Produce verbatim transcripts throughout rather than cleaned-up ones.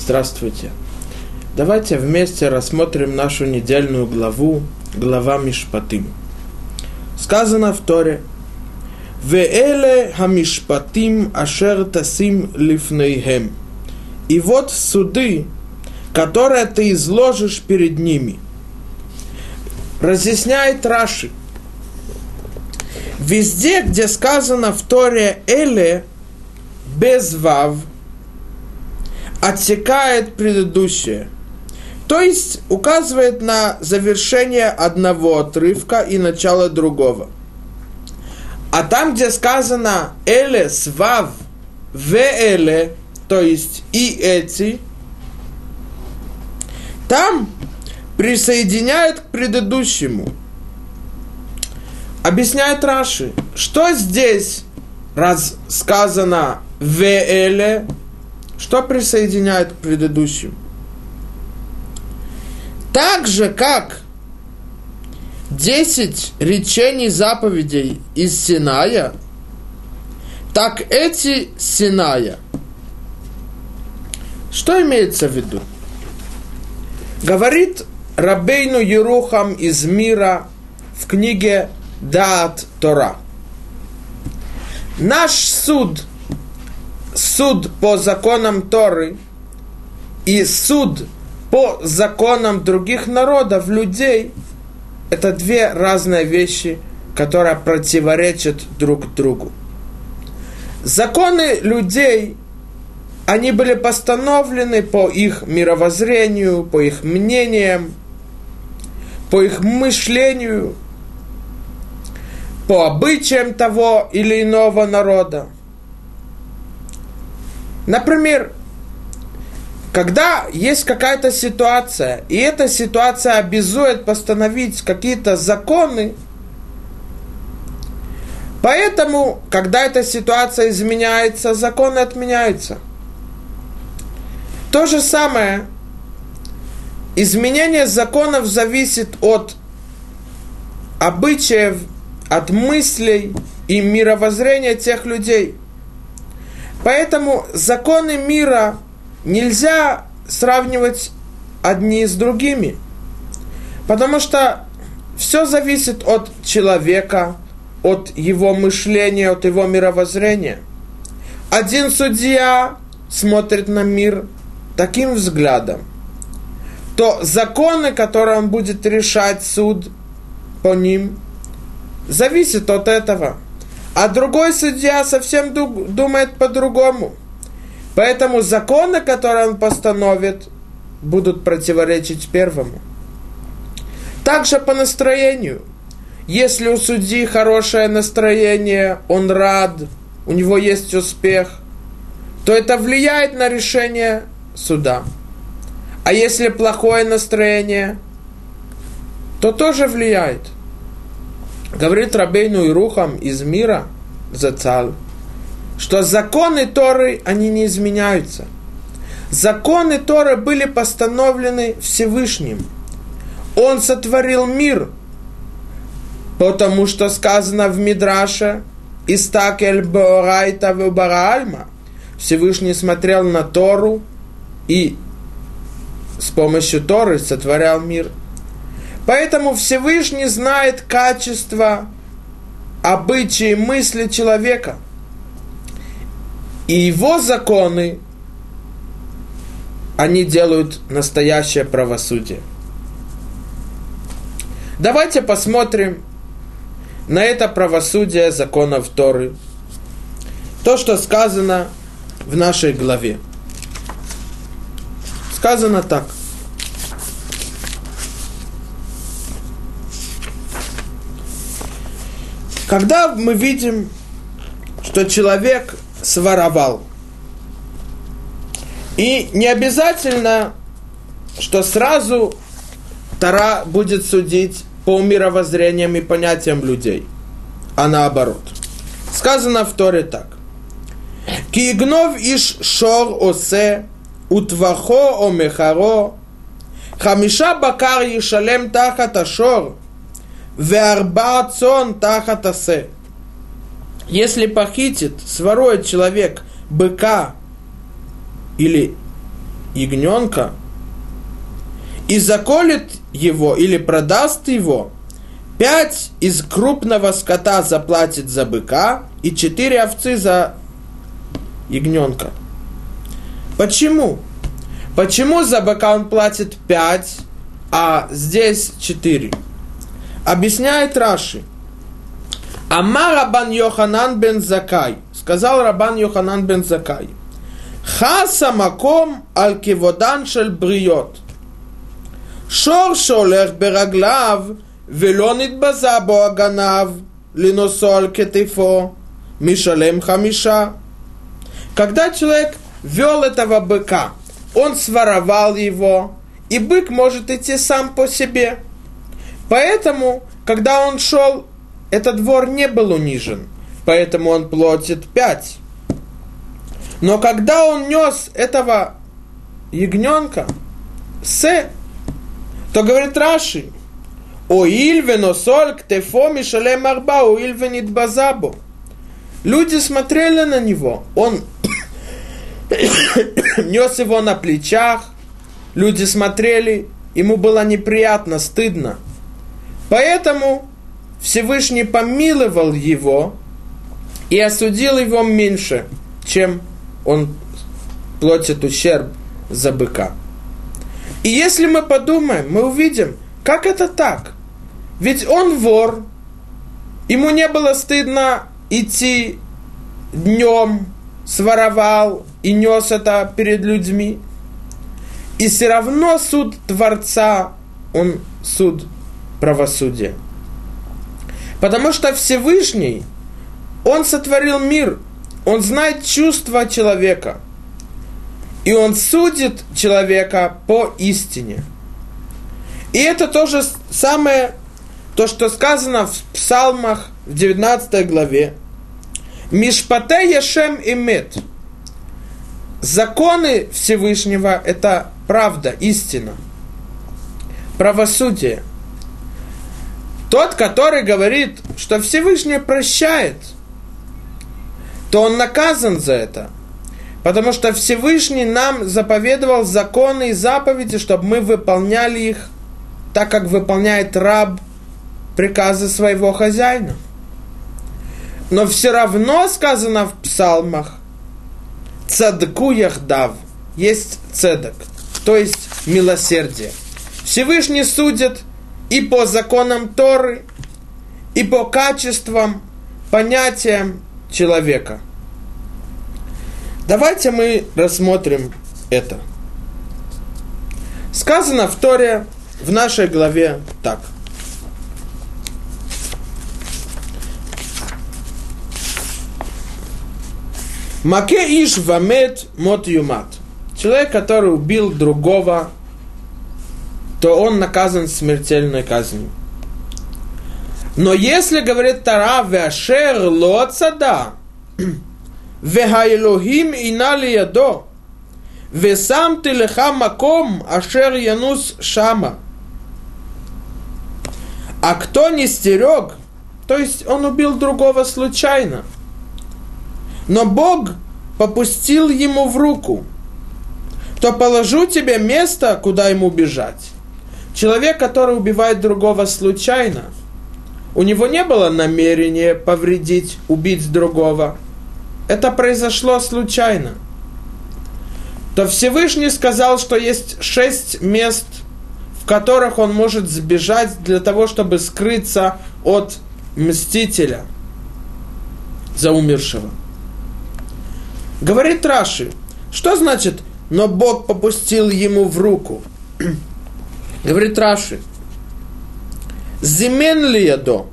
Здравствуйте. Давайте вместе рассмотрим нашу недельную главу, глава Мишпатим. Сказано в Торе: «Веэле хамишпатим ашер тасим лифнейхем». И вот суды, которые ты изложишь перед ними. Разъясняет Раши. Везде, где сказано в Торе «эле» без вав, отсекает предыдущее. То есть указывает на завершение одного отрывка и начало другого. А там, где сказано «эле» с вав, «ве-эле», то есть «и эти», там присоединяют к предыдущему. Объясняет Раши, что здесь, раз сказано «ве-эле», что присоединяет к предыдущему? Так же, как десять речений заповедей из Синая, так эти Синая. Что имеется в виду? Говорит Рабейну Ерухам из Мира в книге Даат Тора. Наш суд, суд по законам Торы и суд по законам других народов, людей, это две разные вещи, которые противоречат друг другу. Законы людей, они были постановлены по их мировоззрению, по их мнениям, по их мышлению, по обычаям того или иного народа. Например, когда есть какая-то ситуация, и эта ситуация обязует постановить какие-то законы, поэтому, когда эта ситуация изменяется, законы отменяются. То же самое, изменение законов зависит от обычаев, от мыслей и мировоззрения тех людей. Поэтому законы мира нельзя сравнивать одни с другими, потому что все зависит от человека, от его мышления, от его мировоззрения. Один судья смотрит на мир таким взглядом, то законы, которые он будет решать, суд по ним, зависит от этого. А другой судья совсем думает по-другому. Поэтому законы, которые он постановит, будут противоречить первому. Также по настроению. Если у судьи хорошее настроение, он рад, у него есть успех, то это влияет на решение суда. А если плохое настроение, то тоже влияет. Говорит Рабейну Ерухам из Мира, Зацаль, что законы Торы, они не изменяются. Законы Торы были постановлены Всевышним. Он сотворил мир, потому что сказано в Мидраше «Истакель беорайта вебараальма». Всевышний смотрел на Тору и с помощью Торы сотворял мир. Поэтому Всевышний знает качество, обычаи, мысли человека. И его законы, они делают настоящее правосудие. Давайте посмотрим на это правосудие законов Торы. То, что сказано в нашей главе. Сказано так. Когда мы видим, что человек своровал, и не обязательно, что сразу Тора будет судить по мировоззрениям и понятиям людей, а наоборот. Сказано в Торе так. «Ки игнов иш шор осе, утвахо омехаро, хамиша бакар ешалем тахат ашор, веарба цон тахат асе». Если похитит, сворует человек быка или ягненка и заколет его или продаст его, пять из крупного скота заплатит за быка и четыре овцы за ягненка. Почему? Почему за быка он платит пять, а здесь четыре? Объясняет Раши. Амар Рабан Йоханан бен Закай. Сказал Рабан Йоханан бен Закай. Хаса маком аль киводан шель бриот. Шор шолех бераглав ולא נתבזה בו הגנב לנוסו על כתפו, משלם חמישה. Когда человек вел этого быка, он своровал его, и бык может идти сам по себе. Поэтому, когда он шел, этот вор не был унижен, поэтому он платит пять. Но когда он нес этого ягненка, се, то говорит Раши, «Оиль веносоль ктефо мишалем арба, оиль венитбазабо». Люди смотрели на него, он нес его на плечах, люди смотрели, ему было неприятно, стыдно. Поэтому Всевышний помиловал его и осудил его меньше, чем он платит ущерб за быка. И если мы подумаем, мы увидим, как это так? Ведь он вор, ему не было стыдно идти днем, своровал и нес это перед людьми. И все равно суд Творца, он суд правосудия. Потому что Всевышний, он сотворил мир, он знает чувства человека. И он судит человека по истине. И это то же самое, то, что сказано в Псалмах в девятнадцатой главе. Мишпате Яшем имет. Законы Всевышнего – это правда, истина, правосудие. Тот, который говорит, что Всевышний прощает, то он наказан за это. Потому что Всевышний нам заповедовал законы и заповеди, чтобы мы выполняли их так, как выполняет раб приказы своего хозяина. Но все равно сказано в псалмах «Цадку яхдав» – есть цедок, то есть милосердие. Всевышний судит и по законам Торы, и по качествам, понятиям человека. Давайте мы рассмотрим это. Сказано в Торе, в нашей главе так. Маке иш вамет мот юмат. Человек, который убил другого, то он наказан смертельной казнью. Но если, говорит Тора, веашер ло цада, вегаэлохим ина лиядо, весам ты леха маком ашер янус шама. А кто не стерег, то есть он убил другого случайно, но Бог попустил ему в руку, то положу тебе место, куда ему бежать. Человек, который убивает другого случайно, у него не было намерения повредить, убить другого. Это произошло случайно. То Всевышний сказал, что есть шесть мест, в которых он может сбежать для того, чтобы скрыться от мстителя за умершего. Говорит Раши, что значит «но Бог попустил ему в руку»? Говорит Раши, «Зимен ли ядо?»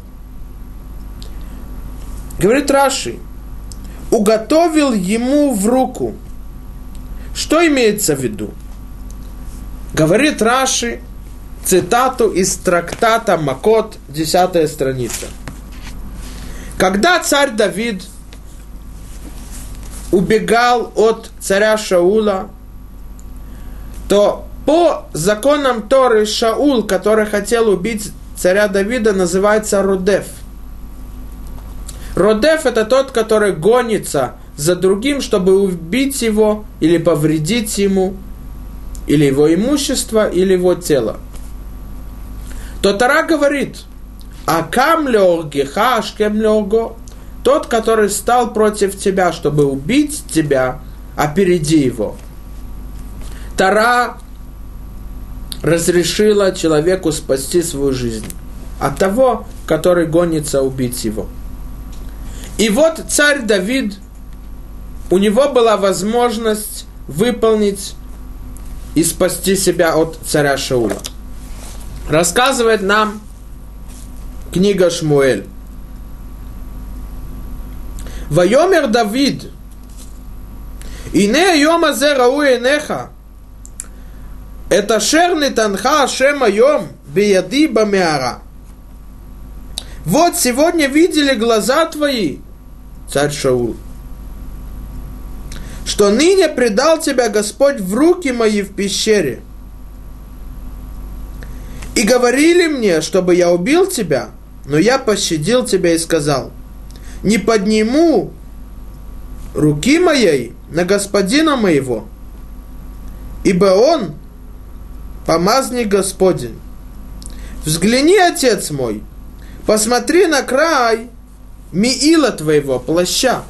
Говорит Раши, «уготовил ему в руку». Что имеется в виду? Говорит Раши, цитату из трактата Макот, десятая страница. Когда царь Давид убегал от царя Шаула, то по законам Торы Шаул, который хотел убить царя Давида, называется Родеф. Родеф – это тот, который гонится за другим, чтобы убить его или повредить ему. или его имущество, или его тело, то Тора говорит: «Акам леоргеха, ашкем леорго». Тот, который стал против тебя, чтобы убить тебя, опереди его. Тора разрешила человеку спасти свою жизнь от того, который гонится убить его. И вот царь Давид, у него была возможность выполнить и спасти себя от царя Шаула. Рассказывает нам книга Шмуэль. Вайомер Давид, ине йом азе рау энеха, это шерни танха ашем айом бияди бамеара. Вот сегодня видели глаза твои, царь Шаул, что ныне предал тебя Господь в руки мои в пещере. И говорили мне, чтобы я убил тебя, но я пощадил тебя и сказал: не подниму руки моей на господина моего, ибо он помазник Господень. Взгляни, отец мой, посмотри на край миила твоего, плаща.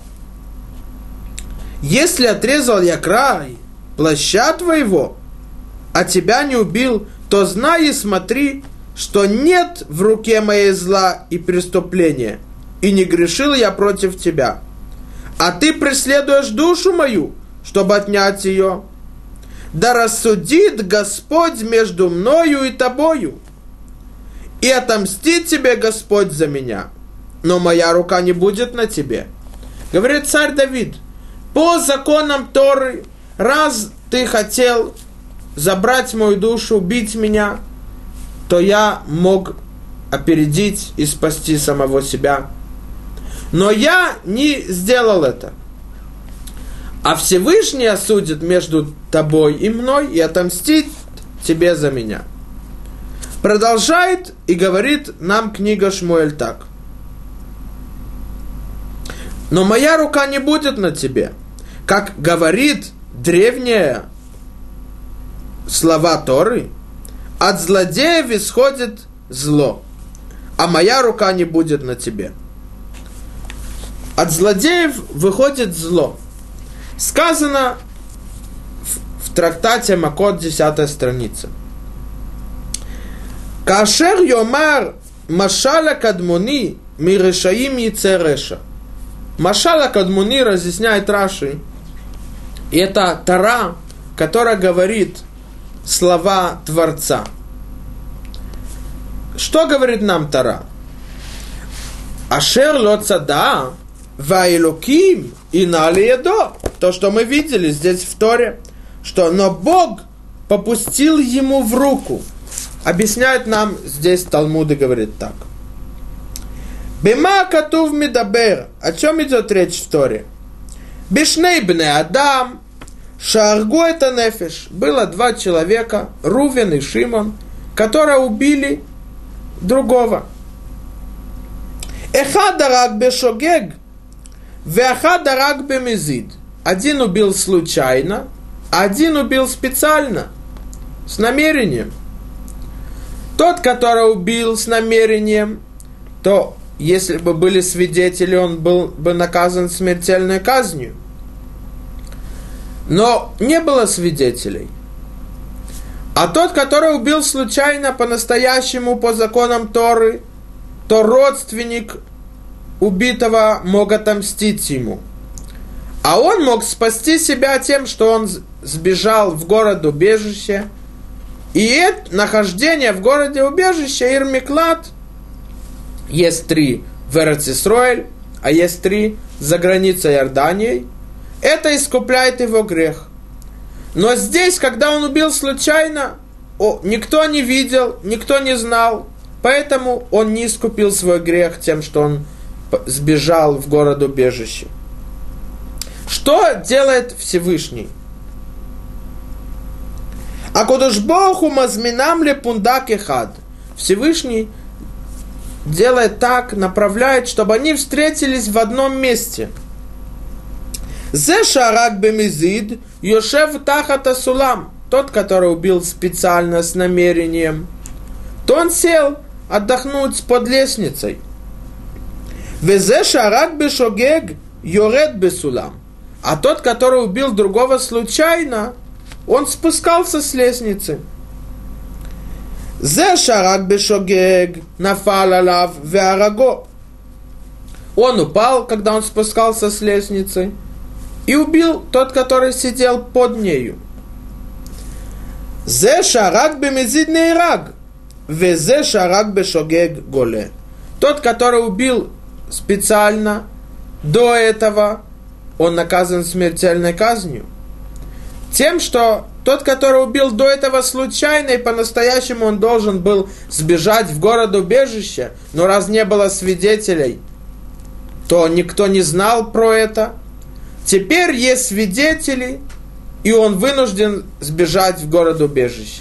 Если отрезал я край плаща твоего, а тебя не убил, то знай и смотри, что нет в руке моей зла и преступления, и не грешил я против тебя. А ты преследуешь душу мою, чтобы отнять ее. Да рассудит Господь между мною и тобою, и отомстит тебе Господь за меня, но моя рука не будет на тебе. Говорит царь Давид: по законам Торы, раз ты хотел забрать мою душу, убить меня, то я мог опередить и спасти самого себя. Но я не сделал это. А Всевышний осудит между тобой и мной и отомстит тебе за меня. Продолжает и говорит нам книга Шмуэль так: но моя рука не будет на тебе, как говорит древняя слова Торы: от злодеев исходит зло, а моя рука не будет на тебе. От злодеев выходит зло. Сказано в, в трактате Макот, десятая страница. Кашер йомар машала кадмуни мирешаим яцереша. Машала кадмуни разъясняет Раши. И это Тора, которая говорит слова Творца. Что говорит нам Тора? Ашер ло цада ваилоким и налиедо. То, что мы видели здесь в Торе, что но Бог попустил ему в руку. Объясняет нам здесь Талмуд и говорит так. Бема катув мидабер. О чем идет речь в Торе? Бишней бне Адам шаргу это нефеш. Было два человека, Рувен и Шимон, которые убили другого. Эхад дарак бешогег, веахад дарак бемизид. Один убил случайно, а один убил специально, с намерением. Тот, который убил с намерением, то если бы были свидетели, он был бы наказан смертельной казнью. Но не было свидетелей. А тот, который убил случайно, по-настоящему, по законам Торы, то родственник убитого мог отомстить ему. А он мог спасти себя тем, что он сбежал в город-убежище. И это нахождение в городе-убежище Ир-Миклад, есть три в Эрец-Исроэль, а есть три за границей Иорданией, это искупляет его грех. Но здесь, когда он убил случайно, о, никто не видел, никто не знал, поэтому он не искупил свой грех тем, что он сбежал в город-убежище. Что делает Всевышний? Акодош Боху мазминам ле пундак эхад. Всевышний делает так, направляет, чтобы они встретились в одном месте. Зе шарак бемизид йошев тахат асулам. тот, который убил специально с намерением, то он сел отдохнуть под лестницей. Везе шарак бешогег йоред бесулам. А тот, который убил другого случайно, он спускался с лестницы. Зе шарак бешогег нафал алав веараго. Он упал, когда он спускался с лестницы, и убил тот, который сидел под нею. Зе шарак бемезид нейраг. Везе шарак бешогег голе. Тот, который убил специально, до этого он наказан смертельной казнью. Тем, что тот, который убил до этого случайно, и по-настоящему он должен был сбежать в город-убежище, но раз не было свидетелей, то никто не знал про это. Теперь есть свидетели, и он вынужден сбежать в город-убежище.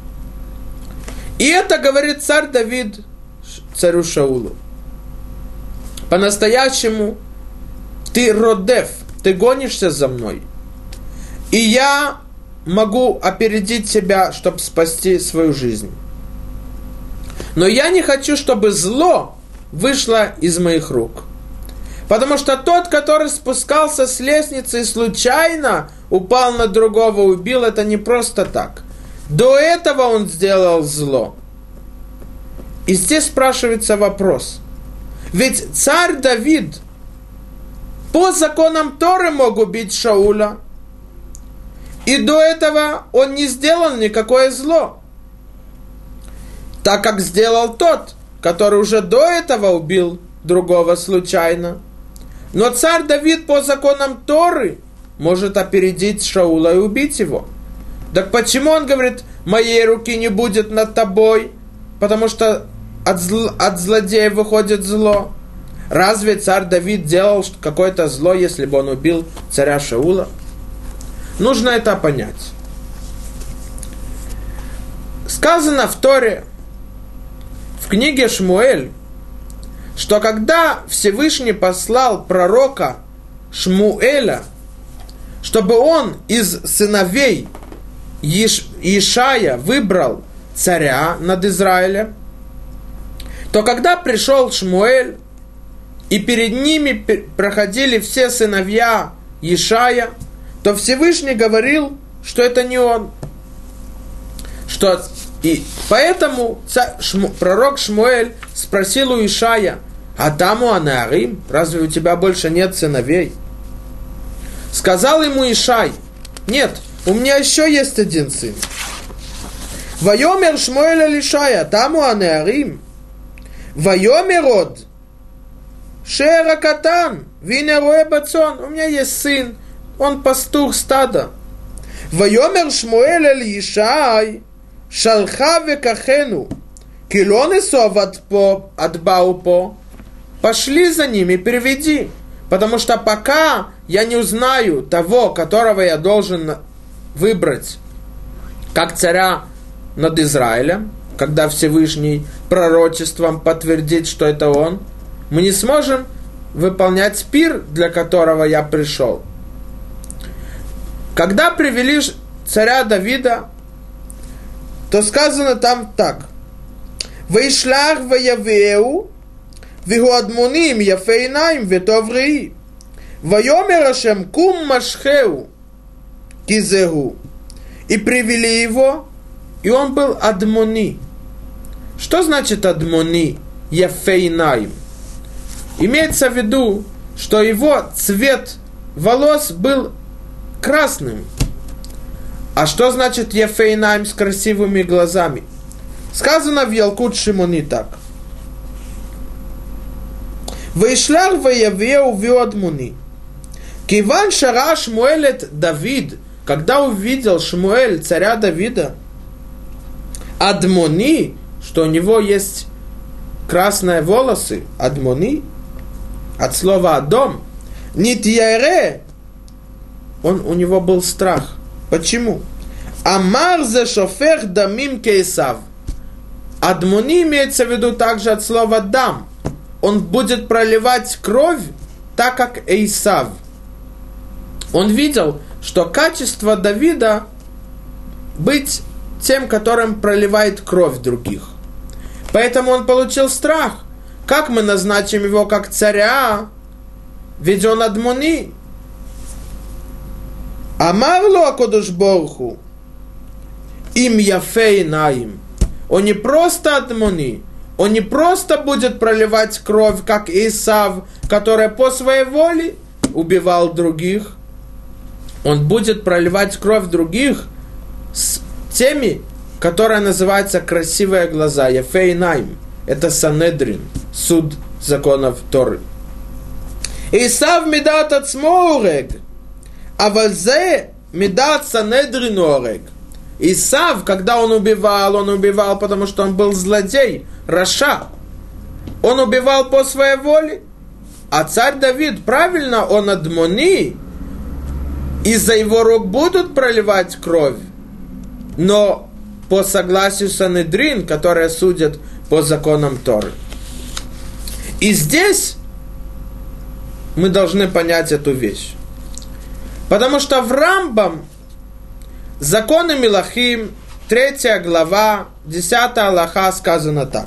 И это говорит царь Давид царю Шаулу. По-настоящему ты родев, ты гонишься за мной. И я могу опередить тебя, чтобы спасти свою жизнь. Но я не хочу, чтобы зло вышло из моих рук. Потому что тот, который спускался с лестницы и случайно упал на другого, убил, это не просто так. До этого он сделал зло. И здесь спрашивается вопрос. Ведь царь Давид по законам Торы мог убить Шауля. И до этого он не сделал никакое зло. Так как сделал тот, который уже до этого убил другого случайно. Но царь Давид по законам Торы может опередить Шаула и убить его. Так почему он говорит, моей руки не будет над тобой, потому что от, зл, от злодея выходит зло? Разве царь Давид делал какое-то зло, если бы он убил царя Шаула? Нужно это понять. Сказано в Торе, в книге Шмуэль, что когда Всевышний послал пророка Шмуэля, чтобы он из сыновей Иш- Ишая выбрал царя над Израилем, то когда пришел Шмуэль, и перед ними проходили все сыновья Ишая, то Всевышний говорил, что это не он. Что, и поэтому царь, Шму, пророк Шмуэль спросил у Ишая, а там у Анеарим, разве у тебя больше нет сыновей? Сказал ему Ишай, нет, у меня еще есть один сын. Вайомер Шмуэль аль-Ишая, там у Анеарим. Вайомер од Шера катан, вине роэ бацон, у меня есть сын, он пастух стада. Вайомер Шмуэль аль-Ишай, шалха векахену, кило несов отбау по, пошли за ними, переведи, потому что пока я не узнаю того, которого я должен выбрать как царя над Израилем, когда Всевышний пророчеством подтвердит, что это он, мы не сможем выполнять пир, для которого я пришел. Когда привели царя Давида, то сказано там так. «Вейшлах ваявеу, виху адмоним яфейнаим ветов реи, вайомер Ашем кум машхеу кизегу». И привели его, и он был адмони. Что значит адмони яфейнаим? Имеется в виду, что его цвет волос был красным. А что значит яфейнаим с красивыми глазами? Сказано в Ялкут Шимони так. Вейшлах ваявеу виодмуни. Киван шара Шмуэлет Давид, когда увидел Шмуэль царя Давида, адмони, что у него есть красные волосы, адмони, от слова адом, нитьяре, он, у него был страх. Почему? Амар зе шофех дамим кейсав. Адмони имеется в виду также от слова дам. Он будет проливать кровь, так как Эйсав. Он видел, что качество Давида быть тем, которым проливает кровь других. Поэтому он получил страх. Как мы назначим его как царя? Ведь он адмони. Амарлу акодуш борху. Им яфей наим. Он не просто адмони. Он не просто будет проливать кровь, как Исав, который по своей воле убивал других. Он будет проливать кровь других с теми, которые называются красивые глаза. Яфей наим. Это Санедрин, суд законов Торы. Исав медат ацмо орег, а вальзе медат Санедрин орег. Исав, когда он убивал, он убивал, потому что он был злодей, раша. Он убивал по своей воле. А царь Давид, правильно, он адмони. Из-за его рук будут проливать кровь. Но по согласию Санедрин, которые судят по законам Торы. И здесь мы должны понять эту вещь. Потому что в Рамбам законы Милахим, третья глава, десятая алаха сказано так.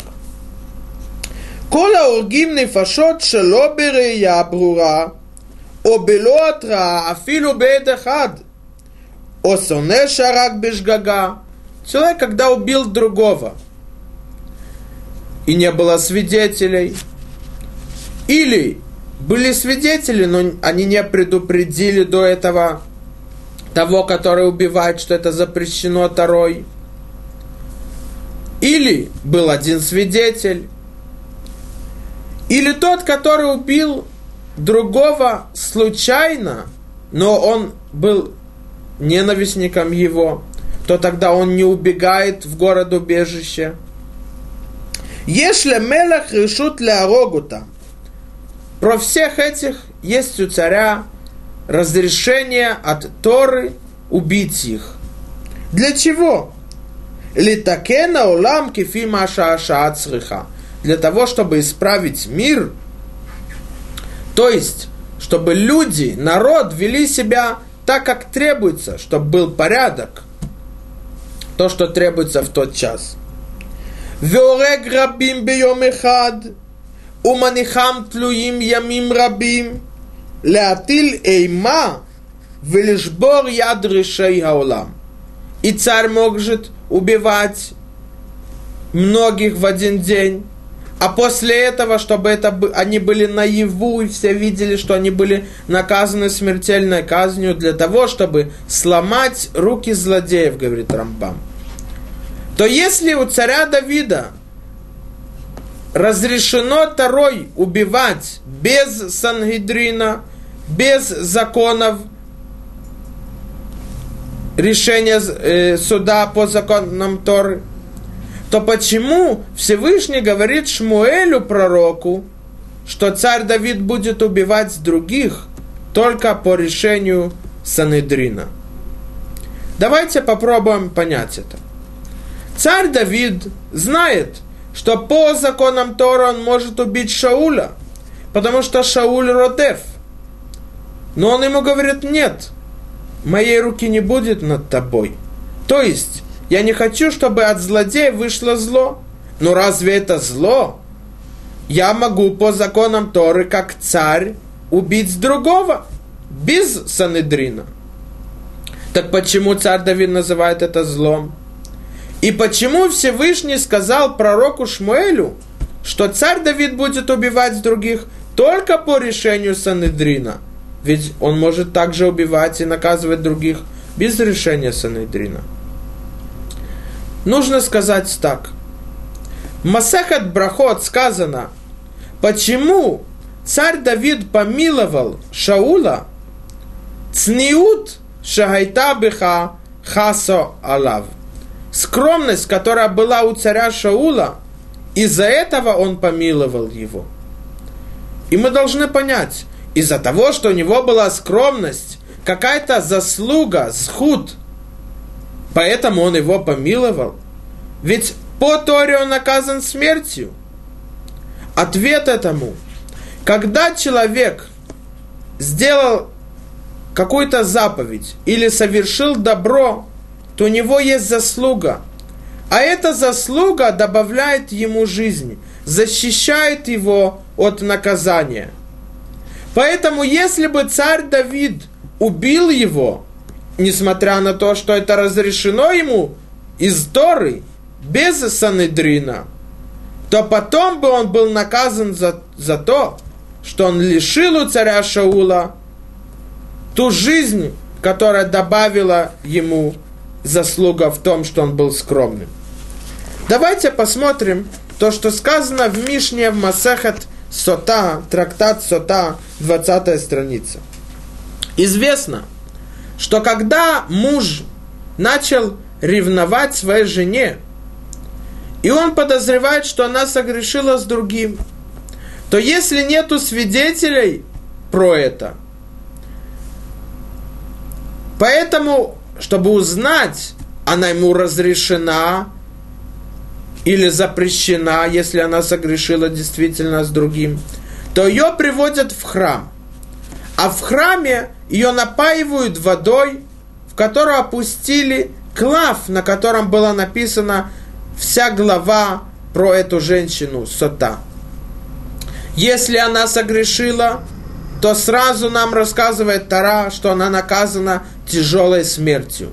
Кола ургим нефашот шело берея брура, о бело атра, афилу беэд эхад, о соне шарак бешгага. Человек, когда убил другого, и не было свидетелей, или были свидетели, но они не предупредили до этого того, который убивает, что это запрещено Торой, или был один свидетель, или тот, который убил другого случайно, но он был ненавистником его, то тогда он не убегает в город-убежище. Если мелах решут ляорогута, про всех этих есть у царя разрешение от Торы убить их. Для чего? Литакена улам кифи маша ашаат сриха. Для того, чтобы исправить мир, то есть, чтобы люди, народ вели себя так, как требуется, чтобы был порядок, то, что требуется в тот час. Веорег рабим бейом эхад, уманихам тлуим ямим рабим, леатиль эйма, велишбор яд решей хаолам. И царь может убивать многих в один день, а после этого, чтобы это, они были наяву, и все видели, что они были наказаны смертельной казнью, для того, чтобы сломать руки злодеев, говорит Рамбам. То если у царя Давида разрешено Торой убивать без Сангедрина, без законов, решения э, суда по законам Торы, то почему Всевышний говорит Шмуэлю, пророку, что царь Давид будет убивать других только по решению Санедрина? Давайте попробуем понять это. Царь Давид знает, что по законам Торы он может убить Шауля, потому что Шауль родев. Но он ему говорит: нет, моей руки не будет над тобой. То есть, я не хочу, чтобы от злодея вышло зло. Но разве это зло? Я могу по законам Торы, как царь, убить другого, без Санедрина. Так почему царь Давид называет это злом? И почему Всевышний сказал пророку Шмуэлю, что царь Давид будет убивать других только по решению Санедрина? Ведь он может также убивать и наказывать других без решения Санедрина. Нужно сказать так. В Масехет Брахот сказано, почему царь Давид помиловал Шаула, цниут шагайта беха хасо алав. Скромность, которая была у царя Шаула, из-за этого он помиловал его. И мы должны понять, из-за того, что у него была скромность, какая-то заслуга, зхут, поэтому он его помиловал. Ведь по Торе он наказан смертью. Ответ этому: когда человек сделал какую-то заповедь или совершил добро, то у него есть заслуга. А эта заслуга добавляет ему жизнь, защищает его от наказания. Поэтому, если бы царь Давид убил его, несмотря на то, что это разрешено ему из Торы, без Санедрина, то потом бы он был наказан за, за то, что он лишил у царя Шаула ту жизнь, которая добавила ему заслуга в том, что он был скромным. Давайте посмотрим то, что сказано в Мишне, в Масехет Сота, трактат Сота, двадцатая страница. Известно, что когда муж начал ревновать своей жене, и он подозревает, что она согрешила с другим, то если нету свидетелей про это, поэтому, чтобы узнать, она ему разрешена или запрещена, если она согрешила действительно с другим, то ее приводят в храм. А в храме ее напаивают водой, в которую опустили клав, на котором была написана вся глава про эту женщину, Сота. Если она согрешила, то сразу нам рассказывает Тора, что она наказана тяжелой смертью.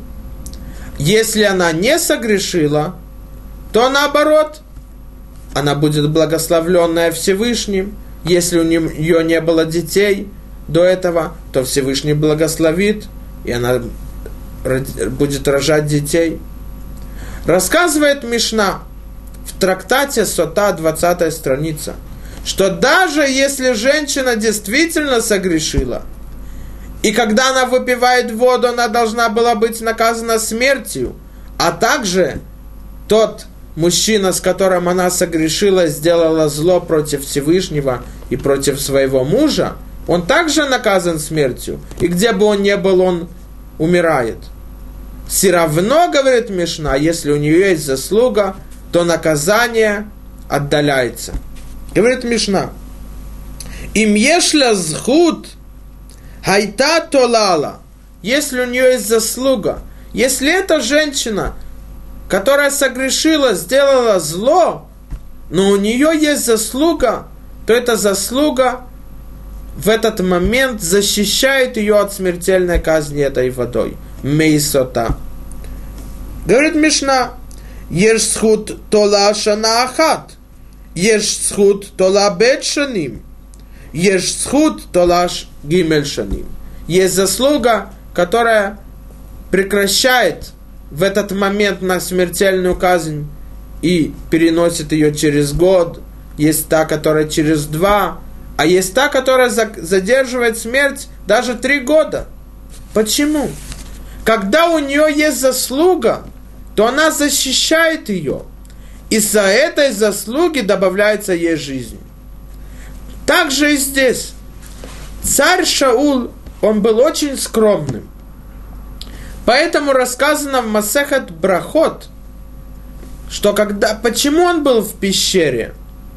Если она не согрешила, то наоборот, она будет благословленная Всевышним. Если у нее не было детей до этого, то Всевышний благословит, и она будет рожать детей. Рассказывает Мишна в трактате Сота, двадцатая страница, что даже если женщина действительно согрешила, и когда она выпивает воду, она должна была быть наказана смертью, а также тот мужчина, с которым она согрешила, сделала зло против Всевышнего и против своего мужа, он также наказан смертью, и где бы он ни был, он умирает. Все равно, говорит Мишна, если у нее есть заслуга, то наказание отдаляется. Говорит Мишна, им ешля зхут хайта толала, если у нее есть заслуга, если эта женщина, которая согрешила, сделала зло, но у нее есть заслуга, то эта заслуга в этот момент защищает ее от смертельной казни этой водой. Мейсота. Говорит Мишна, еш схут тола шана ахат, еш схут тола бет шаним, еш схут тола гимель шаним. Есть заслуга, которая прекращает в этот момент на смертельную казнь и переносит ее через год. Есть та, которая через два, а есть та, которая задерживает смерть даже три года. Почему? Когда у нее есть заслуга, то она защищает ее. И за этой заслуги добавляется ей жизнь. Так же и здесь. Царь Шаул, он был очень скромным. Поэтому рассказано в Масехет Брахот, что когда, почему он был в пещере,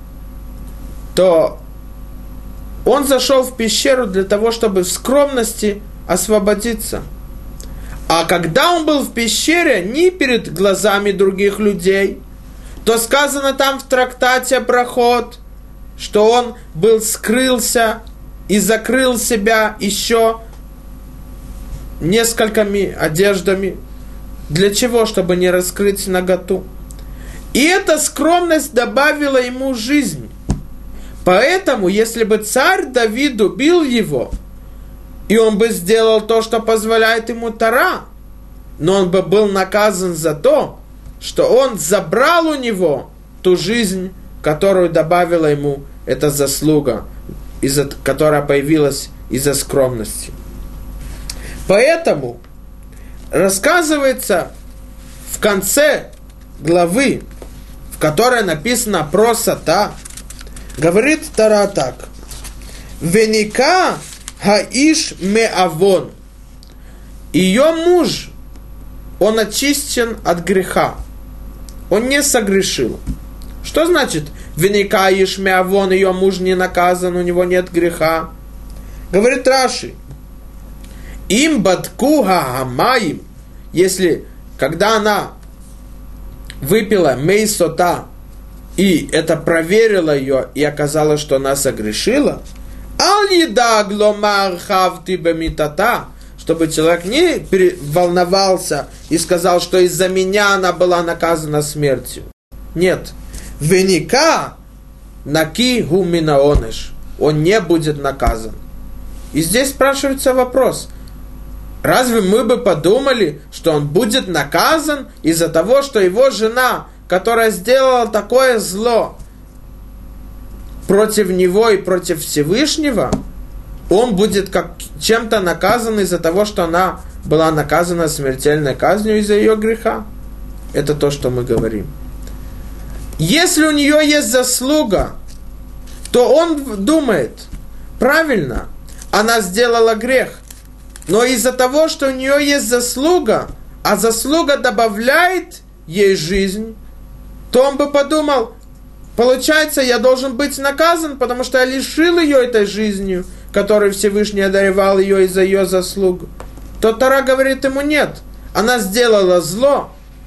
то он зашел в пещеру для того, чтобы в скромности освободиться. А когда он был в пещере, не перед глазами других людей, то сказано там в трактате Брахот, что он был скрылся и закрыл себя еще несколькими одеждами. Для чего? Чтобы не раскрыть наготу. И эта скромность добавила ему жизнь. Поэтому, если бы царь Давид убил его, и он бы сделал то, что позволяет ему Тора, но он бы был наказан за то, что он забрал у него ту жизнь, которую добавила ему эта заслуга, из-за, которая появилась из-за скромности. Поэтому рассказывается в конце главы, в которой написано про Сота, говорит Тора так: «Веника хаиш меавон». Ее муж, он очищен от греха. Он не согрешил. Что значит «Веника хаиш меавон», ее муж не наказан, у него нет греха? Говорит Раши: «Им бадку ха-хамаим», если когда она выпила мейсота, и это проверило ее, и оказалось, что она согрешила, чтобы человек не волновался и сказал, что из-за меня она была наказана смертью. Нет. Веника наки гуминаонеш. Он не будет наказан. И здесь спрашивается вопрос. Разве мы бы подумали, что он будет наказан из-за того, что его жена, которая сделала такое зло против него и против Всевышнего, он будет как чем-то наказан из-за того, что она была наказана смертельной казнью из-за ее греха? Это то, что мы говорим. Если у нее есть заслуга, то он думает, правильно, она сделала грех. Но из-за того, что у нее есть заслуга, а заслуга добавляет ей жизнь, то он бы подумал, получается, я должен быть наказан, потому что я лишил ее этой жизнью, которую Всевышний одаревал ее из-за ее заслуг. То Тора говорит ему нет. Она сделала зло.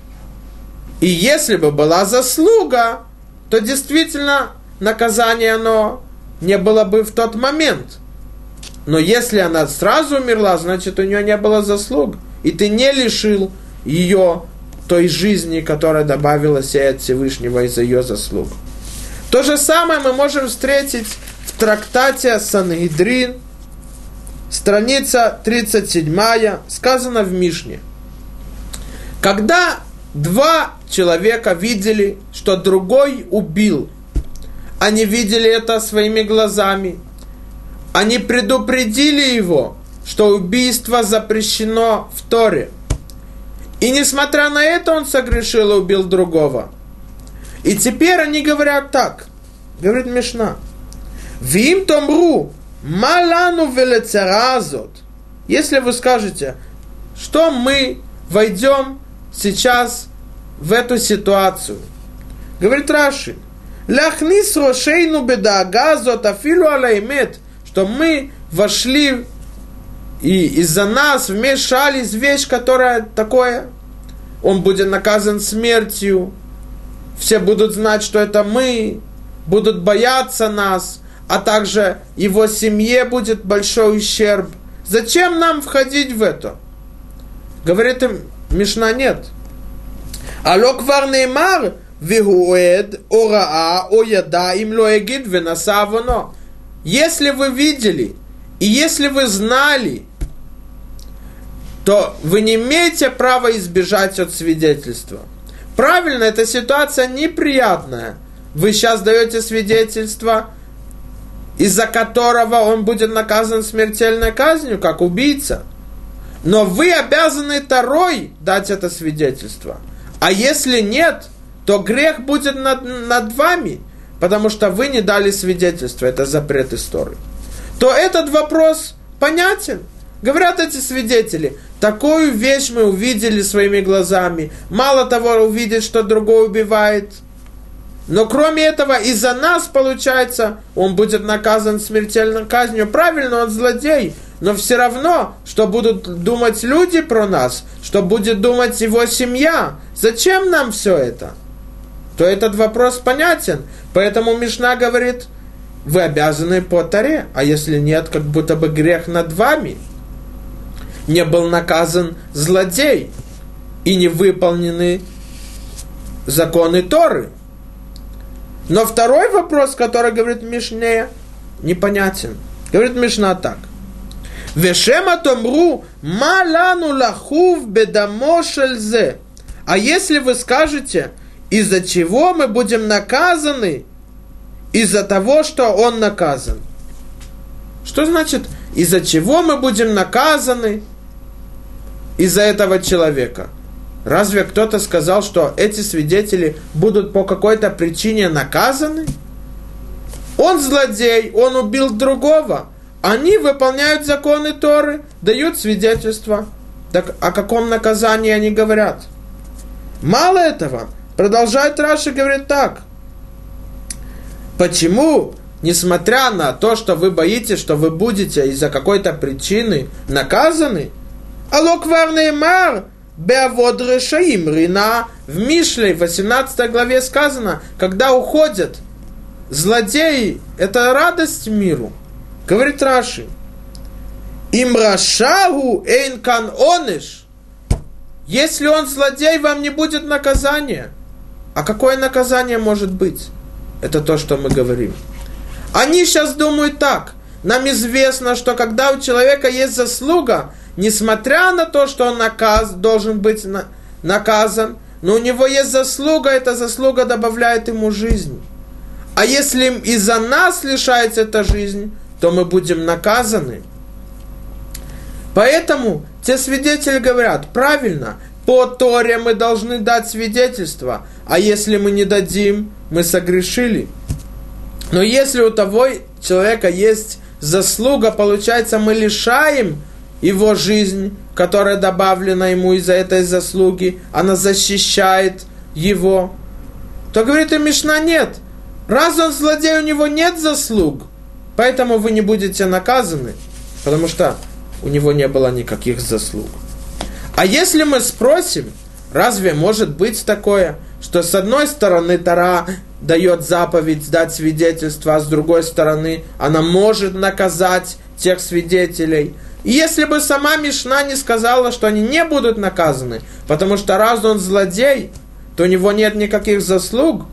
И если бы была заслуга, то действительно наказание оно не было бы в тот момент. Но если она сразу умерла, значит, у нее не было заслуг. И ты не лишил ее той жизни, которая добавилась ей от Всевышнего из-за ее заслуг. То же самое мы можем встретить в трактате Сангедрин, страница тридцать семь, сказано в Мишне. Когда два человека видели, что другой убил, они видели это своими глазами, они предупредили его, что убийство запрещено в Торе. И несмотря на это, он согрешил и убил другого. И теперь они говорят так, говорит Мишна, «Вим томру, малану велецеразот». Если вы скажете, что мы войдем сейчас в эту ситуацию, говорит Раши, «Ляхнис рошейну бедаагазот афилу алаймет», что мы вошли и из-за нас вмешались в вещь, которая такое, он будет наказан смертью, все будут знать, что это мы, будут бояться нас, а также его семье будет большой ущерб. Зачем нам входить в это? Говорит им Мишна, нет. Алло квар неймар вихуэд ораа ояда им лоэгид венаса воно. Если вы видели, и если вы знали, то вы не имеете права избежать от свидетельства. Правильно, эта ситуация неприятная. Вы сейчас даете свидетельство, из-за которого он будет наказан смертельной казнью, как убийца. Но вы обязаны Торой дать это свидетельство. А если нет, то грех будет над, над вами, потому что вы не дали свидетельство, это запрет из Торы. То этот вопрос понятен. Говорят эти свидетели, такую вещь мы увидели своими глазами. Мало того, увидеть, что другой убивает. Но кроме этого, из-за нас, получается, он будет наказан смертельной казнью. Правильно, он злодей. Но все равно, что будут думать люди про нас, что будет думать его семья. Зачем нам все это? То этот вопрос понятен. Поэтому Мишна говорит, вы обязаны по Торе, а если нет, как будто бы грех над вами. Не был наказан злодей, и не выполнены законы Торы. Но второй вопрос, который говорит Мишне, непонятен. Говорит Мишна так. Вешема томру малану лахув бедамо шельзе. А если вы скажете, из-за чего мы будем наказаны? Из-за того, что он наказан. Что значит, из-за чего мы будем наказаны? Из-за этого человека. Разве кто-то сказал, что эти свидетели будут по какой-то причине наказаны? Он злодей, он убил другого. Они выполняют законы Торы, дают свидетельство. Так о каком наказании они говорят? Мало этого, продолжает Раши, говорит так. Почему, несмотря на то, что вы боитесь, что вы будете из-за какой-то причины наказаны, алло квар неймар, беавод решаим рина. В Мишле, в восемнадцатой главе сказано, когда уходят злодеи, это радость миру. Говорит Раши, им рашагу эйн кан онеш. Если он злодей, вам не будет наказания. А какое наказание может быть? Это то, что мы говорим. Они сейчас думают так. Нам известно, что когда у человека есть заслуга, несмотря на то, что он наказ, должен быть на, наказан, но у него есть заслуга, эта заслуга добавляет ему жизнь. А если из-за нас лишается эта жизнь, то мы будем наказаны. Поэтому те свидетели говорят, правильно, по Торе мы должны дать свидетельство, а если мы не дадим, мы согрешили. Но если у того человека есть заслуга, получается, мы лишаем его жизнь, которая добавлена ему из-за этой заслуги, она защищает его, то говорит и Мишна, нет. Раз он злодей, у него нет заслуг, поэтому вы не будете наказаны, потому что у него не было никаких заслуг. А если мы спросим, разве может быть такое, что с одной стороны Тора дает заповедь дать свидетельство, а с другой стороны она может наказать тех свидетелей? И если бы сама Мишна не сказала, что они не будут наказаны, потому что раз он злодей, то у него нет никаких заслуг,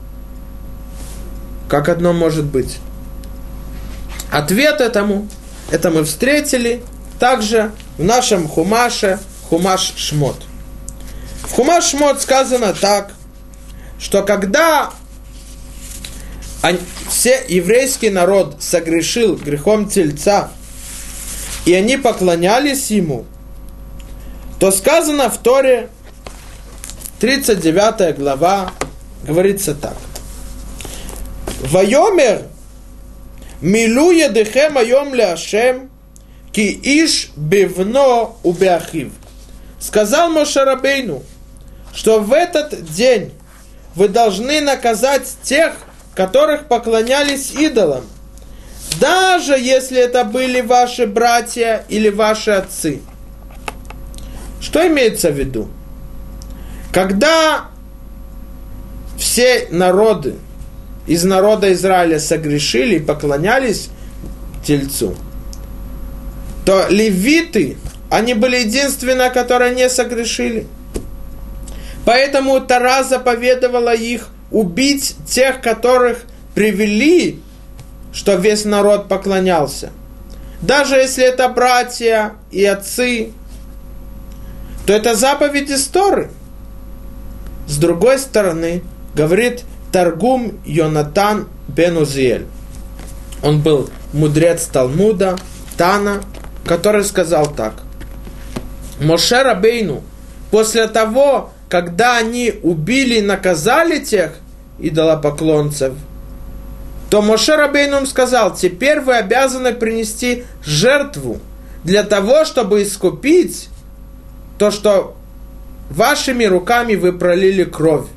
как одно может быть? Ответ этому, это мы встретили также в нашем Хумаше, Хумаш Шмот. В Хумаш Шмот сказано так, что когда они, все еврейский народ согрешил грехом тельца, и они поклонялись ему, то сказано в Торе, тридцать девятая глава, говорится так. Вайомер милу едехем айом леашем ки иш бивно убеахив. Сказал Моше Рабейну, что в этот день вы должны наказать тех, которых поклонялись идолам, даже если это были ваши братья или ваши отцы. Что имеется в виду? Когда все народы из народа Израиля согрешили и поклонялись тельцу, то левиты, они были единственные, которые не согрешили. Поэтому Тора заповедовала их убить тех, которых привели, что весь народ поклонялся. Даже если это братья и отцы, то это заповедь из Торы. С другой стороны, говорит Таргум Йонатан бен Узиэль. Он был мудрец Талмуда, Тана, который сказал так. Моше Рабейну, после того, когда они убили и наказали тех идолопоклонцев, то Моше Рабейну им сказал, теперь вы обязаны принести жертву для того, чтобы искупить то, что вашими руками вы пролили кровь.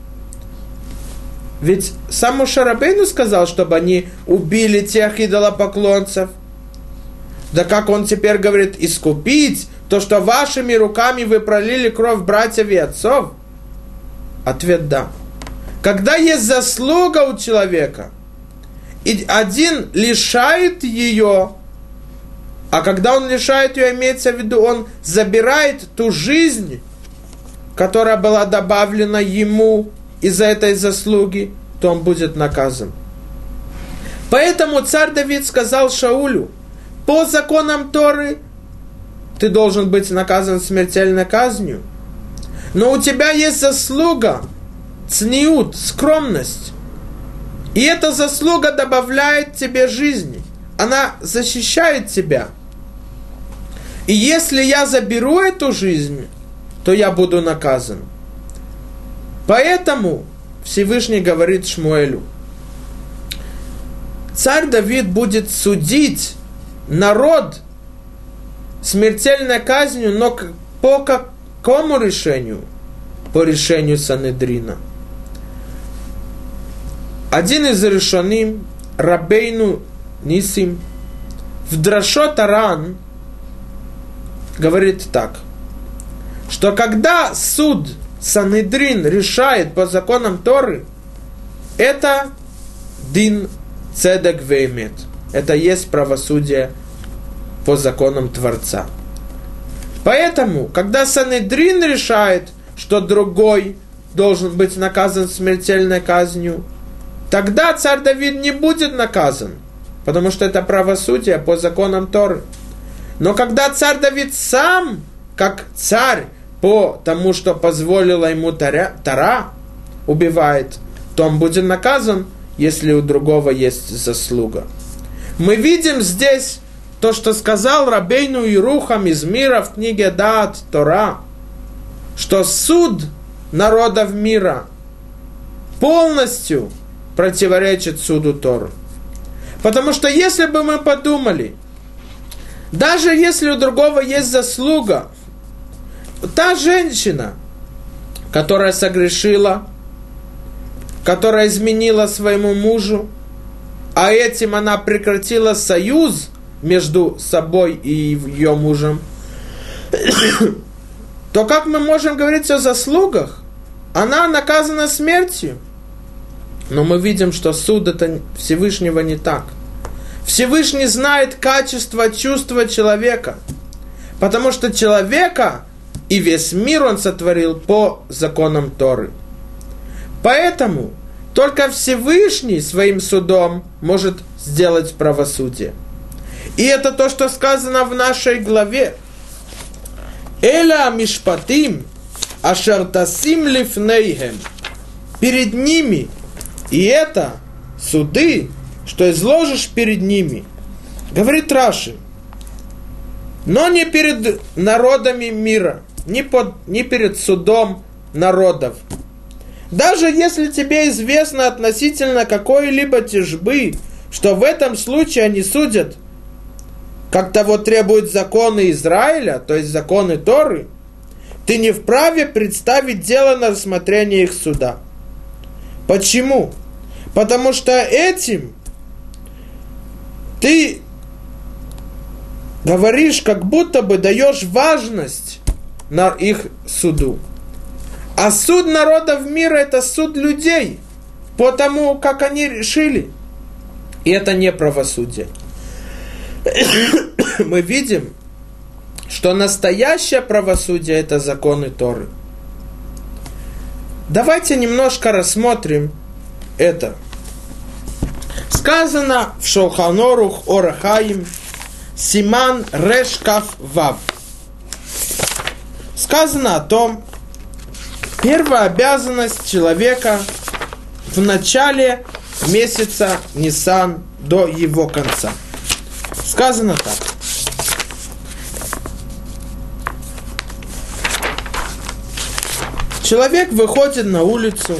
Ведь сам Моше Рабейну сказал, чтобы они убили тех идолопоклонцев. Да как он теперь говорит, искупить то, что вашими руками вы пролили кровь братьев и отцов? Ответ да. Когда есть заслуга у человека, и один лишает ее, а когда он лишает ее, имеется в виду, он забирает ту жизнь, которая была добавлена ему из-за этой заслуги, то он будет наказан. Поэтому царь Давид сказал Шаулю, по законам Торы ты должен быть наказан смертельной казнью, но у тебя есть заслуга, цниут, скромность, и эта заслуга добавляет тебе жизни, она защищает тебя. И если я заберу эту жизнь, то я буду наказан. Поэтому Всевышний говорит Шмуэлю, царь Давид будет судить народ смертельной казнью, но по какому решению? По решению Санедрина. Один из решоним, Рабейну Нисим, в Драшот Аран говорит так, что когда суд Санедрин решает по законам Торы, это дин цедек веймет. Это есть правосудие по законам Творца. Поэтому, когда Санедрин решает, что другой должен быть наказан смертельной казнью, тогда царь Давид не будет наказан, потому что это правосудие по законам Торы. Но когда царь Давид сам, как царь, по тому, что позволила ему Тора, убивает, то он будет наказан, если у другого есть заслуга. Мы видим здесь то, что сказал Рабейну Ирухам из мира в книге Даат Тора, что суд народов мира полностью противоречит суду Торы. Потому что если бы мы подумали, даже если у другого есть заслуга, та женщина, которая согрешила, которая изменила своему мужу, а этим она прекратила союз между собой и ее мужем, то как мы можем говорить о заслугах? Она наказана смертью. Но мы видим, что суд это Всевышнего не так. Всевышний знает качество, чувства человека, потому что человека и весь мир он сотворил по законам Торы. Поэтому только Всевышний своим судом может сделать правосудие. И это то, что сказано в нашей главе. Эла мишпатим ашартасим лифнейхем. Перед ними. И это суды, что изложишь перед ними. Говорит Раши. Но не перед народами мира. Не, под, не перед судом народов. Даже если тебе известно относительно какой-либо тяжбы, что в этом случае они судят, как того требуют законы Израиля, то есть законы Торы, ты не вправе представить дело на рассмотрение их суда. Почему? Потому что этим ты говоришь, как будто бы даешь важность на их суду. А суд народов мира – это суд людей, по тому, как они решили. И это не правосудие. Мы видим, что настоящее правосудие – это законы Торы. Давайте немножко рассмотрим это. Сказано в Шулхан Орух Ор Хаим Симан Реш Кав Вав. Сказано о том, первая обязанность человека в начале месяца Нисан до его конца. Сказано так. Человек выходит на улицу,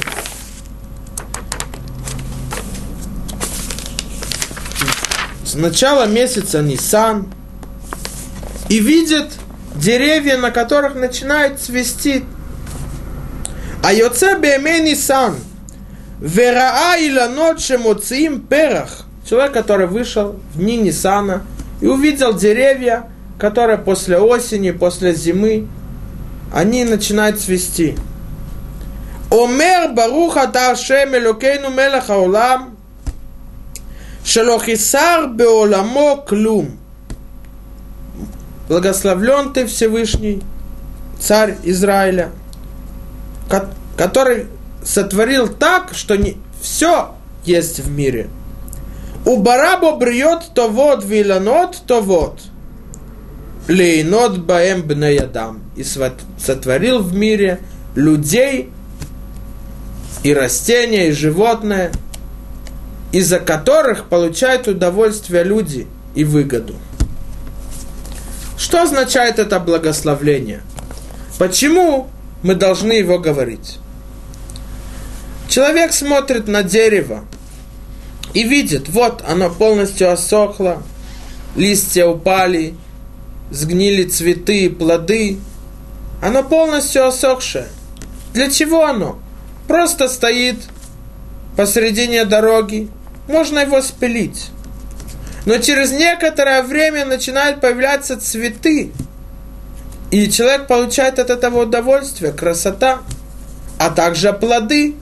с начала месяца Нисан, и видит деревья, на которых начинает цвести. А йоце беемей Нисан, вераа иланот шемоциим перах. Человек, который вышел в дни Нисана и увидел деревья, которые после осени, после зимы, они начинают цвести. Омер барух ата Ашем Элокейну мелech хаолам шело хисар беоламо клум. Благословлен ты, Всевышний, царь Израиля, который сотворил так, что не все есть в мире. Убарабо бриот то вот, виланот то вот. Лейнот баэм бнеядам. И сотворил в мире людей и растения, и животные, из-за которых получают удовольствие люди и выгоду. Что означает это благословление? Почему мы должны его говорить? Человек смотрит на дерево и видит, вот оно полностью осохло, листья упали, сгнили цветы, плоды. Оно полностью осохшее. Для чего оно? Просто стоит посредине дороги. Можно его спилить. Но через некоторое время начинают появляться цветы. И человек получает от этого удовольствие, красота, а также плоды.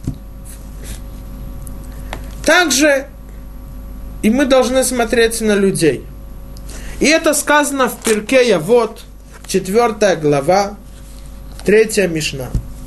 Также и мы должны смотреть на людей. И это сказано в Пиркей Авот, четвертая глава, третья мишна.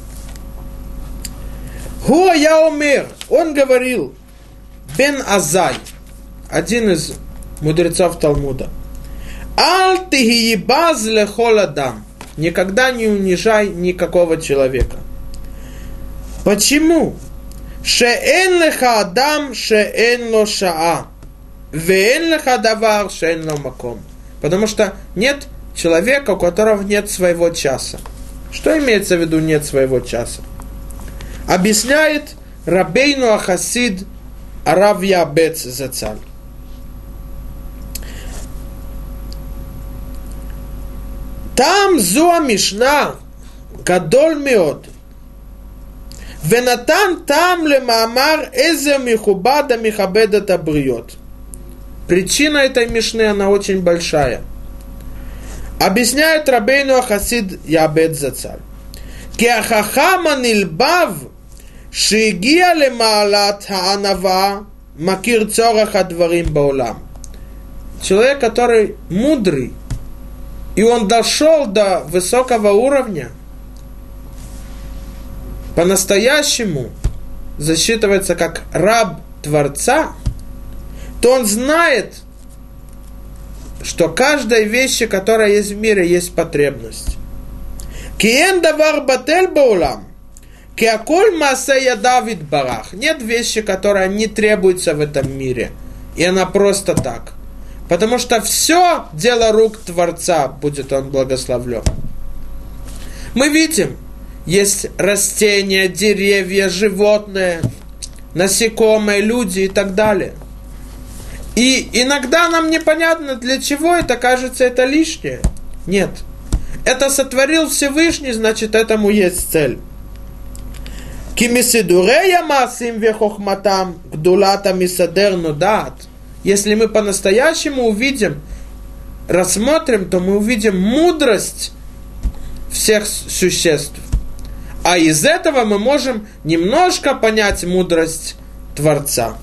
Хуа я омер, он говорил, бен Азай, один из мудрецов Талмуда, аль тихиебаз лехол адам, никогда не унижай никакого человека. Почему? Шеэн леха адам, шеэн ло шаа, веэн леха давар, шеэн ло маком. Потому что нет человека, у которого нет своего часа. Что имеется в виду нет своего часа? Объясняет Рабейну Ахасид Арав Яабец Зацаль. Там зуа мишна гадоль меод. Венатан там лемаамар эзе михубада михабедат абриот. Причина этой мишны, она очень большая. Объясняет Рабейну Ахасид Яабец Зацаль. Ки ахахама нилбав шигия лемаалат хаанава макир цорах адварим баулам. Человек, который мудрый, и он дошел до высокого уровня, по-настоящему засчитывается как раб Творца, то он знает, что каждой вещи, которая есть в мире, есть потребность. Киен давар батель баулам, киаколь масея Давид барах. Нет вещи, которая не требуется в этом мире, и она просто так. Потому что все дело рук Творца, будет он благословлен. Мы видим, есть растения, деревья, животные, насекомые, люди и так далее. И иногда нам непонятно, для чего это, кажется, это лишнее. Нет. Это сотворил Всевышний, значит, этому есть цель. Кимисидурея масим вехохматам гдулата мисадер нудат. Если мы по-настоящему увидим, рассмотрим, то мы увидим мудрость всех существ. А из этого мы можем немножко понять мудрость Творца.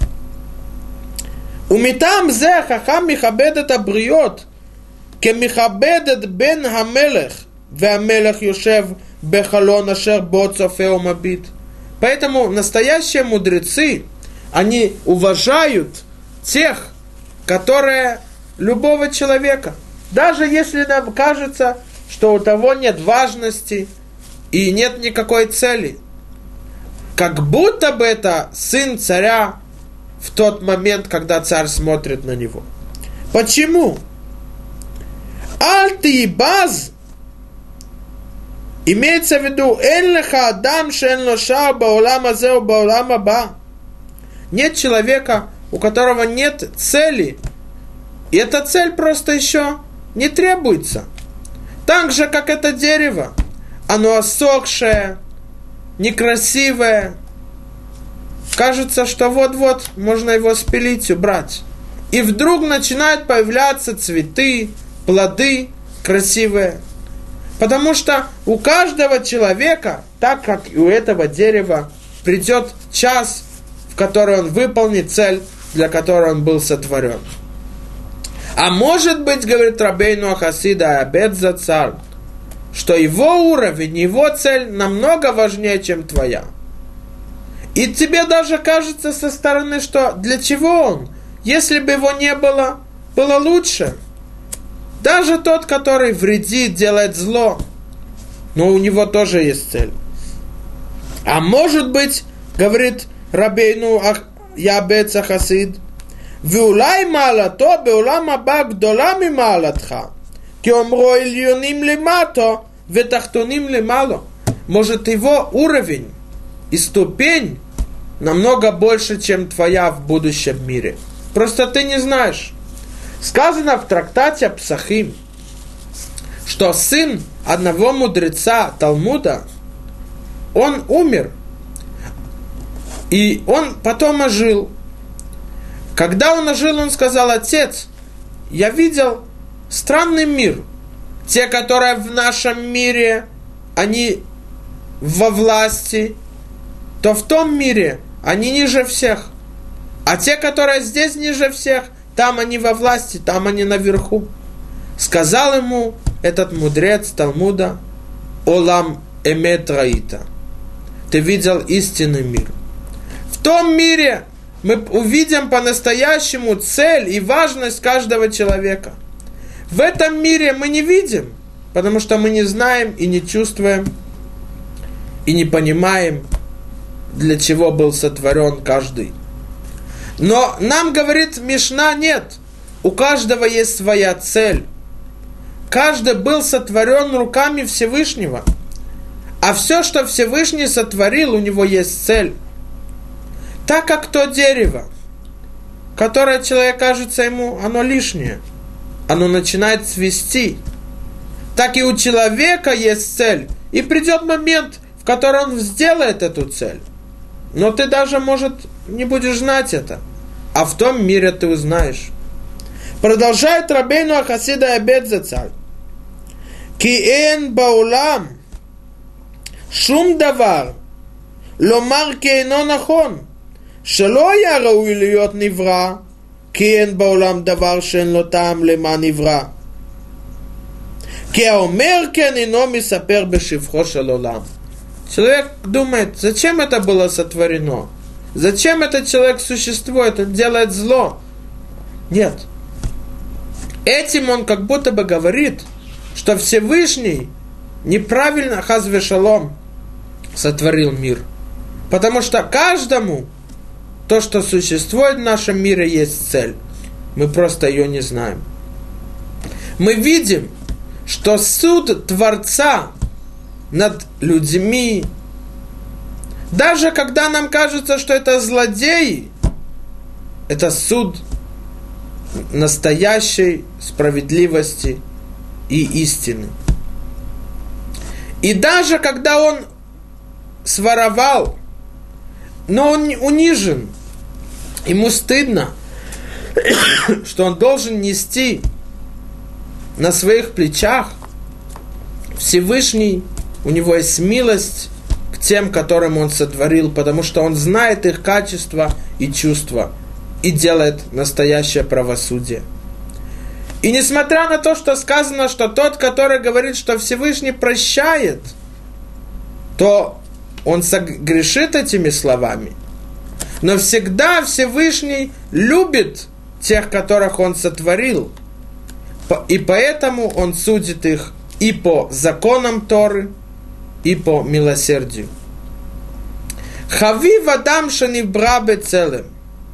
Умитам зе хахам михабедет абриот, ке михабедет бен хамелех, ве хамелех йошев бехалон ашер бо цофе умабит. Поэтому настоящие мудрецы, они уважают тех, которые любого человека. Даже если нам кажется, что у того нет важности и нет никакой цели. Как будто бы это сын царя в тот момент, когда царь смотрит на него. Почему? Аль-ти-баз имеется в виду «Эн леха адам шен лоша баулам азеу баулам аба». Нет человека, у которого нет цели, и эта цель просто еще не требуется. Так же, как это дерево. Оно осохшее, некрасивое. Кажется, что вот-вот можно его спилить, убрать. И вдруг начинают появляться цветы, плоды красивые. Потому что у каждого человека, так как и у этого дерева, придет час, в который он выполнит цель, для которой он был сотворен. А может быть, говорит Рабейну Ахасида Яабец Зацаль, что его уровень, его цель намного важнее, чем твоя. И тебе даже кажется со стороны, что для чего он? Если бы его не было, было лучше. Даже тот, который вредит, делает зло, но у него тоже есть цель. А может быть, говорит Рабейну Яабец Хасид, «Веулай маалато беулам аба гдола мимаалатха, ки омро ильоним лемато, ветахтоним лемало». Может, его уровень и ступень намного больше, чем твоя в будущем мире. Просто ты не знаешь. Сказано в трактате Псахим, что сын одного мудреца Талмуда, он умер. И он потом ожил. Когда он ожил, он сказал: отец, я видел странный мир. те, которые в нашем мире, они во власти, то в том мире они ниже всех. А те, которые здесь ниже всех, там они во власти, там они наверху. Сказал ему этот мудрец Талмуда: Олам эмет раита. Ты видел истинный мир. В том мире мы увидим по-настоящему цель и важность каждого человека. В этом мире мы не видим, потому что мы не знаем и не чувствуем, и не понимаем, для чего был сотворен каждый. Но нам говорит Мишна: нет, у каждого есть своя цель. Каждый был сотворен руками Всевышнего. А все, что Всевышний сотворил, у него есть цель. Так как то дерево, которое человек кажется ему, оно лишнее, оно начинает цвести, так и у человека есть цель. И придет момент, в котором он сделает эту цель. Но ты даже, может, не будешь знать это. А в том мире ты узнаешь. Продолжает Рабейну Ахасида Эбед Зацаль. Ки эн баулам шум давар ломар ки эйно нахон שלא היה ראוי להיות נברא, כי אין בעולם דבר שאין לו טעם למה נברא. כי האומר כן אינו מספר בשבחו של עולם. Человек думает, зачем это было сотворено? Зачем этот человек существует? Он делает зло. Нет. Этим он как будто бы говорит, что Всевышний неправильно, хазве шалом, сотворил мир. Потому что каждому то, что существует в нашем мире, есть цель. Мы просто ее не знаем. Мы видим, что суд Творца над людьми, даже когда нам кажется, что это злодеи, это суд настоящей справедливости и истины. И даже когда он своровал, но он унижен, ему стыдно, что он должен нести на своих плечах, Всевышний, у него есть милость к тем, которым он сотворил, потому что он знает их качества и чувства и делает настоящее правосудие. И несмотря на то, что сказано, что тот, который говорит, что Всевышний прощает, то он согрешит этими словами. Но всегда Всевышний любит тех, которых он сотворил. И поэтому он судит их и по законам Торы, и по милосердию. Хавив адам шенивра бецелем.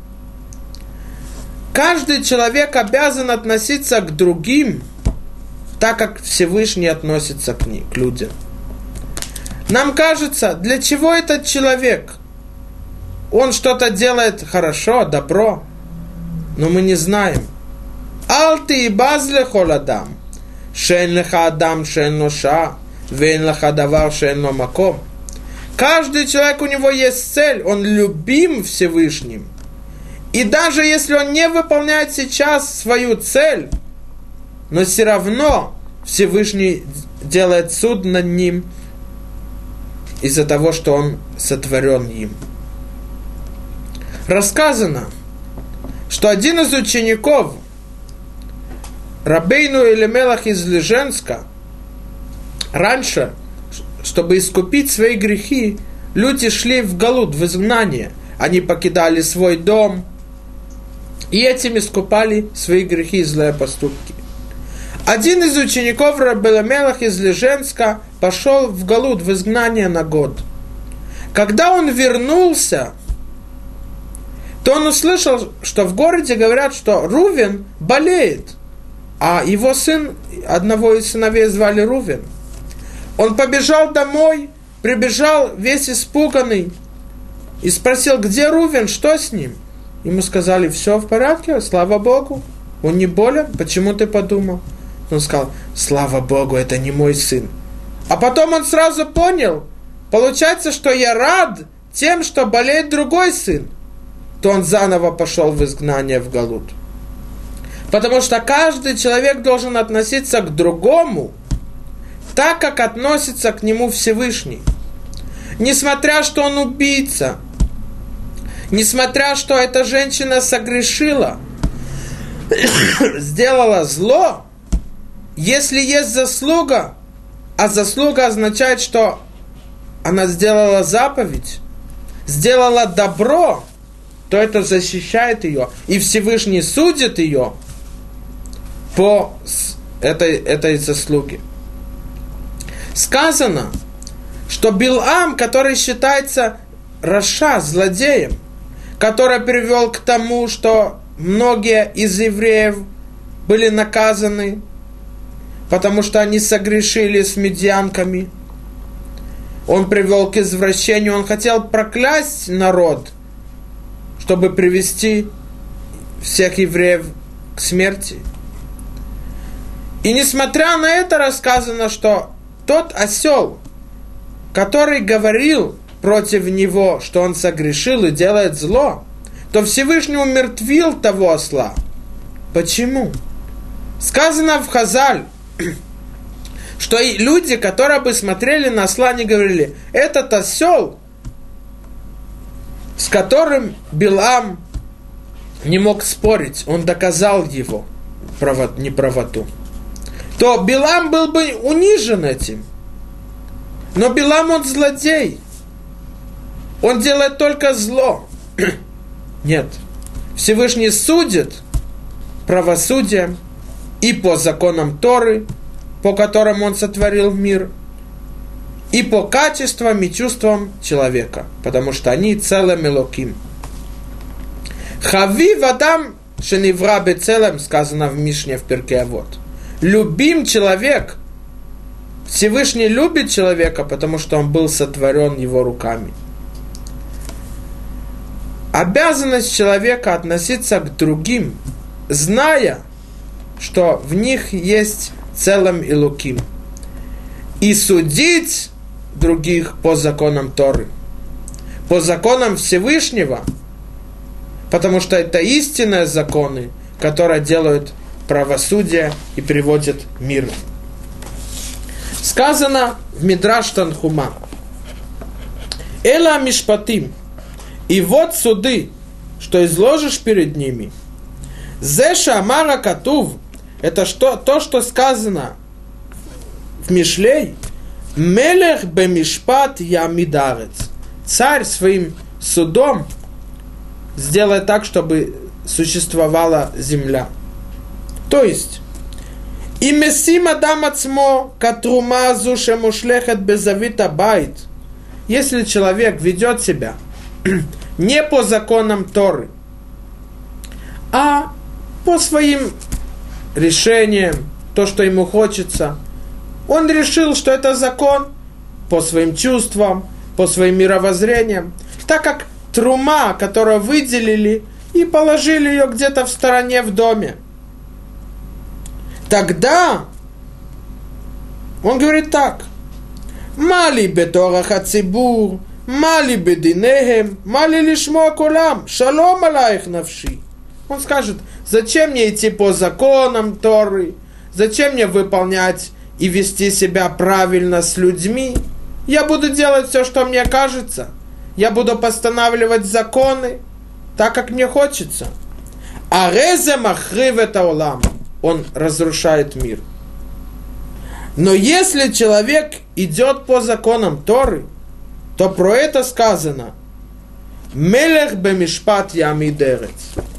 Каждый человек обязан относиться к другим, так как Всевышний относится к ним, к людям. Нам кажется, для чего этот человек? Он что-то делает хорошо, добро, но мы не знаем. Ал ти баз лехол адам, шен леха адам шен ло ша, вен леха давар шен ло маком. Каждый человек, у него есть цель, он любим Всевышним. И даже если он не выполняет сейчас свою цель, но все равно Всевышний делает суд над ним из-за того, что он сотворен им. Рассказано, что один из учеников Рабейну Элемелах из Леженска, раньше, чтобы искупить свои грехи, люди шли в галут, в изгнание. Они покидали свой дом и этим искупали свои грехи и злые поступки. Один из учеников Рабби Элемелах из Леженска пошел в галут, в изгнание на год. Когда он вернулся, то он услышал, что в городе говорят, что Рувен болеет, а его сын, одного из сыновей звали Рувен. Он побежал домой, прибежал весь испуганный и спросил, где Рувен, что с ним? Ему сказали, все в порядке, слава Богу, он не болен, почему ты подумал? Он сказал, слава Богу, это не мой сын. А потом он сразу понял, получается, что я рад тем, что болеет другой сын. То он заново пошел в изгнание в галут. Потому что каждый человек должен относиться к другому так, как относится к нему Всевышний. Несмотря, что он убийца, несмотря, что эта женщина согрешила, сделала зло, если есть заслуга, а заслуга означает, что она сделала заповедь, сделала добро, то это защищает ее, и Всевышний судит ее по этой, этой заслуге. Сказано, что Билам, который считается раша, злодеем, который привел к тому, что многие из евреев были наказаны, потому что они согрешили с медианками. Он привел к извращению, он хотел проклясть народ, чтобы привести всех евреев к смерти. И несмотря на это, рассказано, что тот осел, который говорил против него, что он согрешил и делает зло, то Всевышний умертвил того осла. Почему? Сказано в Хазаль, что и люди, которые бы смотрели на осла, не говорили, этот осел, с которым Билам не мог спорить, он доказал его неправоту, то Билам был бы унижен этим. Но Билам, он злодей. Он делает только зло. Нет. Всевышний судит правосудием и по законам Торы, по которым он сотворил мир, и по качествам и чувствам человека, потому что они целым элоким. Хавив Адам шенивра бецелем, сказано в Мишне в Перкей Авот. Любим человек. Всевышний любит человека, потому что он был сотворен его руками. Обязанность человека относиться к другим, зная, что в них есть целым элоким, и судить других по законам Торы, по законам Всевышнего, потому что это истинные законы, которые делают правосудие и приводят мир. Сказано в Мидраш Танхума: Эла мишпатим, и вот суды, что изложишь перед ними. Зеша амара катув, это что, то, что сказано в Мишлей. Мелех бемишпат ямидарец, царь своим судом сделает так, чтобы существовала земля. То есть, и месим адам ацмо катрума зуше мушлехет безавита байт, если человек ведет себя не по законам Торы, а по своим решениям, то, что ему хочется, он решил, что это закон, по своим чувствам, по своим мировоззрениям, так как трума, которую выделили и положили ее где-то в стороне в доме, тогда он говорит так: Мали беторах ацибур, мали бединехем, мали лишмо колам, шалом алаих навши. Он скажет: зачем мне идти по законам Торы, зачем мне выполнять и вести себя правильно с людьми? Я буду делать все, что мне кажется. Я буду постанавливать законы так, как мне хочется. А резе махрив это олам, он разрушает мир. Но если человек идет по законам Торы, то про это сказано: Мелех бемишпат ямидерец.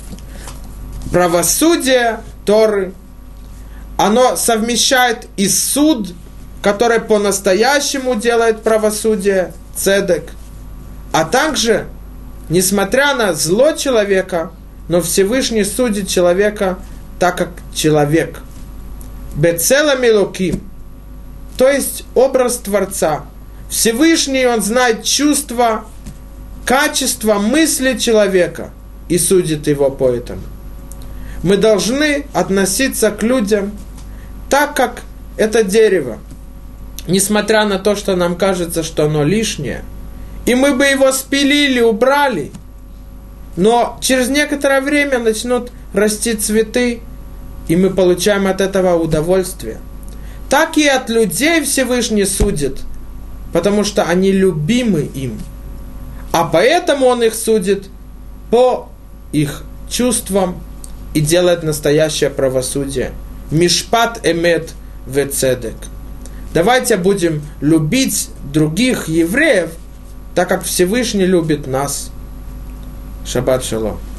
Правосудие Торы, оно совмещает и суд, который по-настоящему делает правосудие, цедек, а также, несмотря на зло человека, но Всевышний судит человека так, как человек. Бецелем элоким, то есть образ Творца. Всевышний, он знает чувства, качества мысли человека и судит его по этому. Мы должны относиться к людям так, как это дерево, несмотря на то, что нам кажется, что оно лишнее, и мы бы его спилили, убрали, но через некоторое время начнут расти цветы, и мы получаем от этого удовольствие. так и от людей Всевышний судит, потому что они любимы им. А поэтому он их судит по их чувствам и делает настоящее правосудие. Мишпат эмет вецедек. Давайте будем любить других евреев, так как Всевышний любит нас. Шаббат шалом.